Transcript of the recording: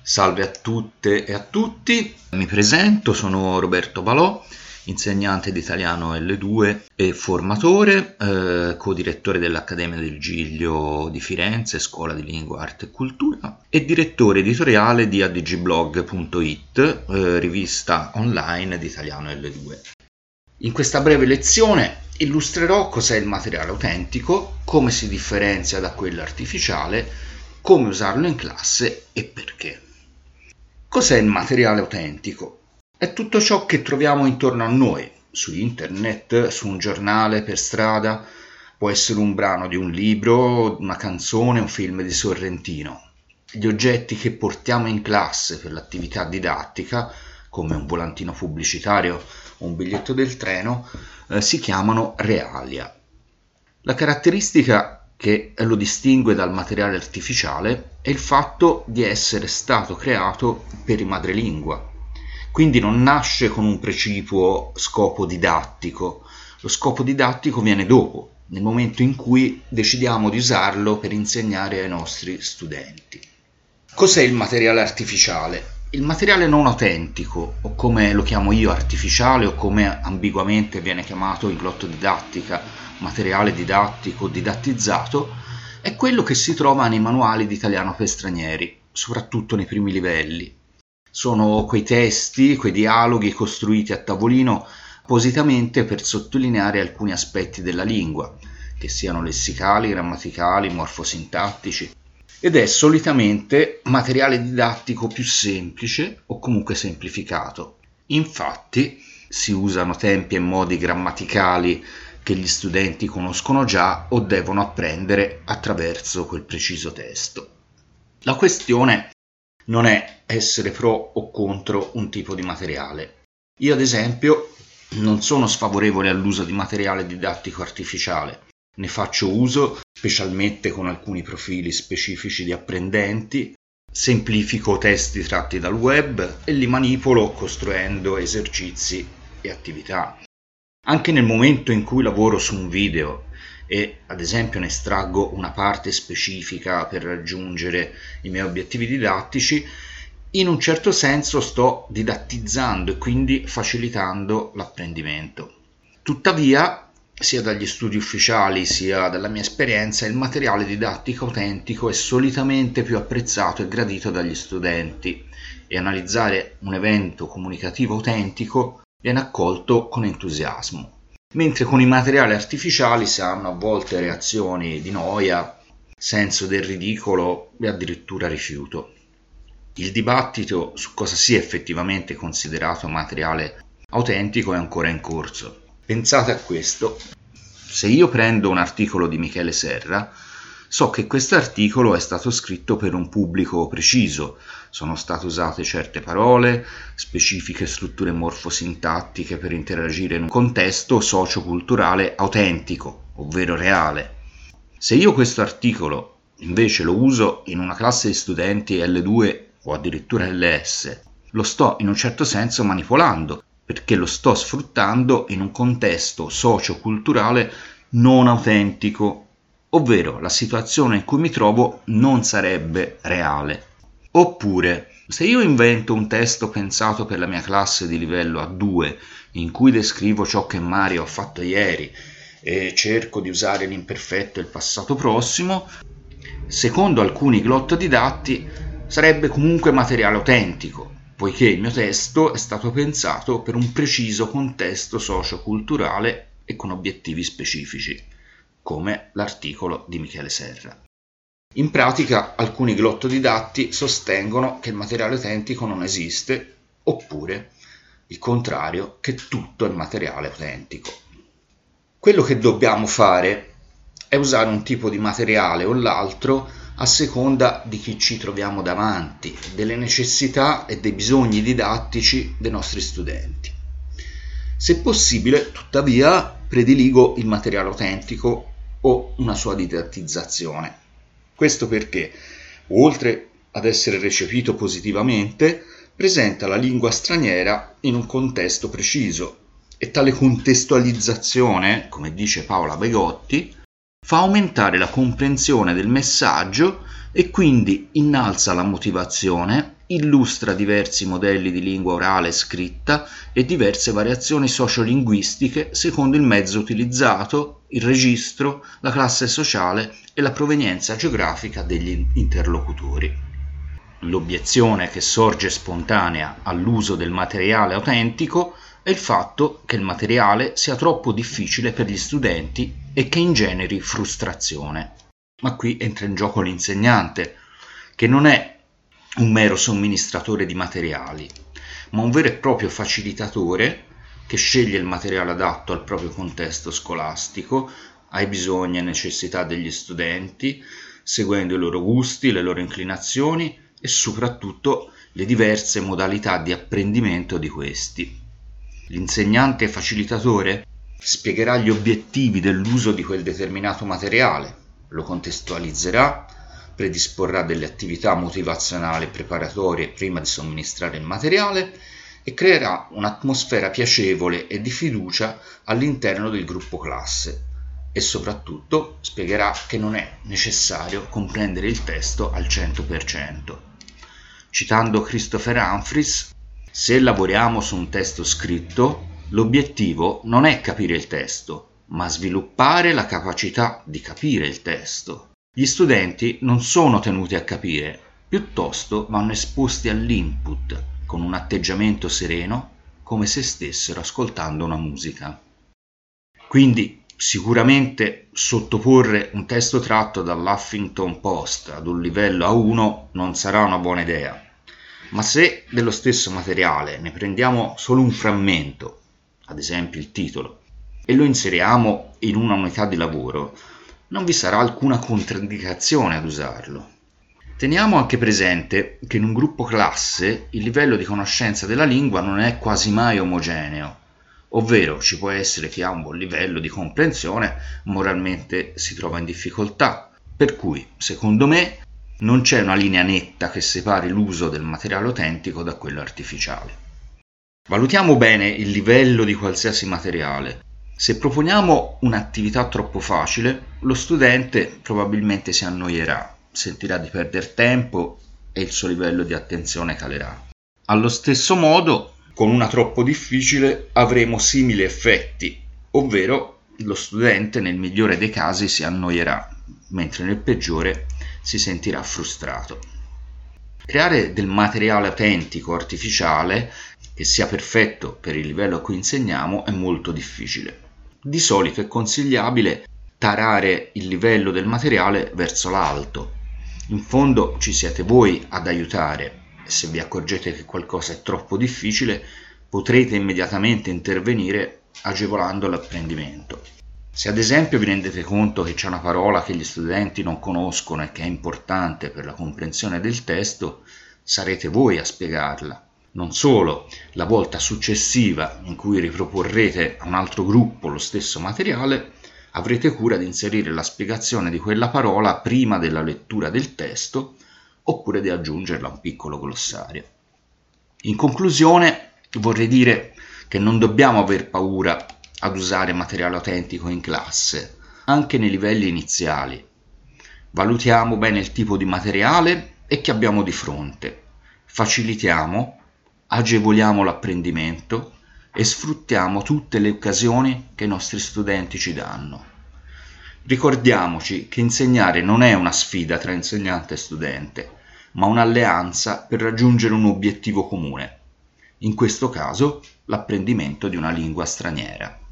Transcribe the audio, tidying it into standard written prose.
Salve a tutte e a tutti, mi presento, sono Roberto Balò, insegnante di italiano L2 e formatore, co-direttore dell'Accademia del Giglio di Firenze, Scuola di Lingua, Arte e Cultura, e direttore editoriale di adgblog.it, rivista online di italiano L2. In questa breve lezione illustrerò cos'è il materiale autentico, come si differenzia da quello artificiale, come usarlo in classe e perché. Cos'è il materiale autentico? È tutto ciò che troviamo intorno a noi, su internet, su un giornale, per strada, può essere un brano di un libro, una canzone, un film di Sorrentino. Gli oggetti che portiamo in classe per l'attività didattica, come un volantino pubblicitario o un biglietto del treno, si chiamano realia. La caratteristica che lo distingue dal materiale artificiale è il fatto di essere stato creato per i madrelingua, quindi non nasce con un precipuo scopo didattico. Lo scopo didattico viene dopo, nel momento in cui decidiamo di usarlo per insegnare ai nostri studenti. Cos'è il materiale artificiale? Il materiale non autentico, o come lo chiamo io artificiale, o come ambiguamente viene chiamato in glottodidattica, materiale didattico, didattizzato, è quello che si trova nei manuali di italiano per stranieri, soprattutto nei primi livelli. Sono quei testi, quei dialoghi costruiti a tavolino appositamente per sottolineare alcuni aspetti della lingua, che siano lessicali, grammaticali, morfosintattici, ed è solitamente materiale didattico più semplice o comunque semplificato. Infatti si usano tempi e modi grammaticali che gli studenti conoscono già o devono apprendere attraverso quel preciso testo. La questione non è essere pro o contro un tipo di materiale. Io ad esempio non sono sfavorevole all'uso di materiale didattico artificiale. Ne faccio uso specialmente con alcuni profili specifici di apprendenti, semplifico testi tratti dal web e li manipolo costruendo esercizi e attività. Anche nel momento in cui lavoro su un video e ad esempio ne estraggo una parte specifica per raggiungere i miei obiettivi didattici, in un certo senso sto didattizzando e quindi facilitando l'apprendimento. Tuttavia, sia dagli studi ufficiali sia dalla mia esperienza, il materiale didattico autentico è solitamente più apprezzato e gradito dagli studenti e analizzare un evento comunicativo autentico viene accolto con entusiasmo, mentre con i materiali artificiali si hanno a volte reazioni di noia, senso del ridicolo e addirittura rifiuto. Il dibattito su cosa sia effettivamente considerato materiale autentico è ancora in corso. Pensate a questo: se io prendo un articolo di Michele Serra, so che questo articolo è stato scritto per un pubblico preciso, sono state usate certe parole, specifiche strutture morfosintattiche per interagire in un contesto socio-culturale autentico, ovvero reale. Se io questo articolo invece lo uso in una classe di studenti L2 o addirittura LS, lo sto in un certo senso manipolando, perché lo sto sfruttando in un contesto socio-culturale non autentico, ovvero la situazione in cui mi trovo non sarebbe reale. Oppure, se io invento un testo pensato per la mia classe di livello A2, in cui descrivo ciò che Mario ha fatto ieri e cerco di usare l'imperfetto e il passato prossimo, secondo alcuni glottodidatti sarebbe comunque materiale autentico, poiché il mio testo è stato pensato per un preciso contesto socio-culturale e con obiettivi specifici, come l'articolo di Michele Serra. In pratica, alcuni glottodidatti sostengono che il materiale autentico non esiste, oppure il contrario, che tutto è materiale autentico. Quello che dobbiamo fare è usare un tipo di materiale o l'altro a seconda di chi ci troviamo davanti, delle necessità e dei bisogni didattici dei nostri studenti. Se possibile, tuttavia, prediligo il materiale autentico o una sua didattizzazione. Questo perché, oltre ad essere recepito positivamente, presenta la lingua straniera in un contesto preciso e tale contestualizzazione, come dice Paola Begotti, fa aumentare la comprensione del messaggio e quindi innalza la motivazione, illustra diversi modelli di lingua orale e scritta e diverse variazioni sociolinguistiche secondo il mezzo utilizzato, il registro, la classe sociale e la provenienza geografica degli interlocutori. L'obiezione che sorge spontanea all'uso del materiale autentico è il fatto che il materiale sia troppo difficile per gli studenti e che ingeneri frustrazione. Ma qui entra in gioco l'insegnante, che non è un mero somministratore di materiali, ma un vero e proprio facilitatore che sceglie il materiale adatto al proprio contesto scolastico, ai bisogni e necessità degli studenti, seguendo i loro gusti, le loro inclinazioni e soprattutto le diverse modalità di apprendimento di questi. L'insegnante facilitatore spiegherà gli obiettivi dell'uso di quel determinato materiale, lo contestualizzerà, predisporrà delle attività motivazionali preparatorie prima di somministrare il materiale e creerà un'atmosfera piacevole e di fiducia all'interno del gruppo classe e soprattutto spiegherà che non è necessario comprendere il testo al 100%. Citando Christopher Humphries, se lavoriamo su un testo scritto, l'obiettivo non è capire il testo, ma sviluppare la capacità di capire il testo. Gli studenti non sono tenuti a capire, piuttosto vanno esposti all'input con un atteggiamento sereno, come se stessero ascoltando una musica. Quindi sicuramente sottoporre un testo tratto dall'Huffington Post ad un livello A1 non sarà una buona idea, ma se dello stesso materiale ne prendiamo solo un frammento, ad esempio il titolo, e lo inseriamo in una unità di lavoro, non vi sarà alcuna controindicazione ad usarlo. Teniamo anche presente che in un gruppo classe il livello di conoscenza della lingua non è quasi mai omogeneo, ovvero ci può essere chi ha un buon livello di comprensione, moralmente si trova in difficoltà, per cui, secondo me, non c'è una linea netta che separi l'uso del materiale autentico da quello artificiale. Valutiamo bene il livello di qualsiasi materiale. Se proponiamo un'attività troppo facile, lo studente probabilmente si annoierà, sentirà di perdere tempo e il suo livello di attenzione calerà. Allo stesso modo, con una troppo difficile avremo simili effetti, ovvero lo studente nel migliore dei casi si annoierà, mentre nel peggiore si sentirà frustrato. Creare del materiale autentico artificiale che sia perfetto per il livello a cui insegniamo è molto difficile. Di solito è consigliabile tarare il livello del materiale verso l'alto. In fondo ci siete voi ad aiutare e se vi accorgete che qualcosa è troppo difficile potrete immediatamente intervenire agevolando l'apprendimento. Se ad esempio vi rendete conto che c'è una parola che gli studenti non conoscono e che è importante per la comprensione del testo, sarete voi a spiegarla. Non solo, la volta successiva in cui riproporrete a un altro gruppo lo stesso materiale, avrete cura di inserire la spiegazione di quella parola prima della lettura del testo oppure di aggiungerla a un piccolo glossario. In conclusione, vorrei dire che non dobbiamo aver paura ad usare materiale autentico in classe, anche nei livelli iniziali. Valutiamo bene il tipo di materiale e che abbiamo di fronte. Facilitiamo, agevoliamo l'apprendimento e sfruttiamo tutte le occasioni che i nostri studenti ci danno. Ricordiamoci che insegnare non è una sfida tra insegnante e studente, ma un'alleanza per raggiungere un obiettivo comune, in questo caso l'apprendimento di una lingua straniera.